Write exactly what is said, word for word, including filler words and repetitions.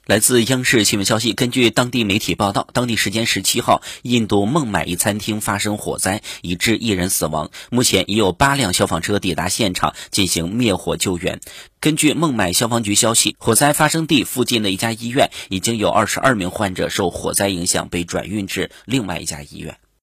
来自央视新闻消息，根据当地媒体报道，当地时间十七号，印度孟买一餐厅发生火灾，已致一人死亡。目前已有八辆消防车抵达现场进行灭火救援。根据孟买消防局消息，火灾发生地附近的一家医院已经有二十二名患者受火灾影响被转运至另外一家医院。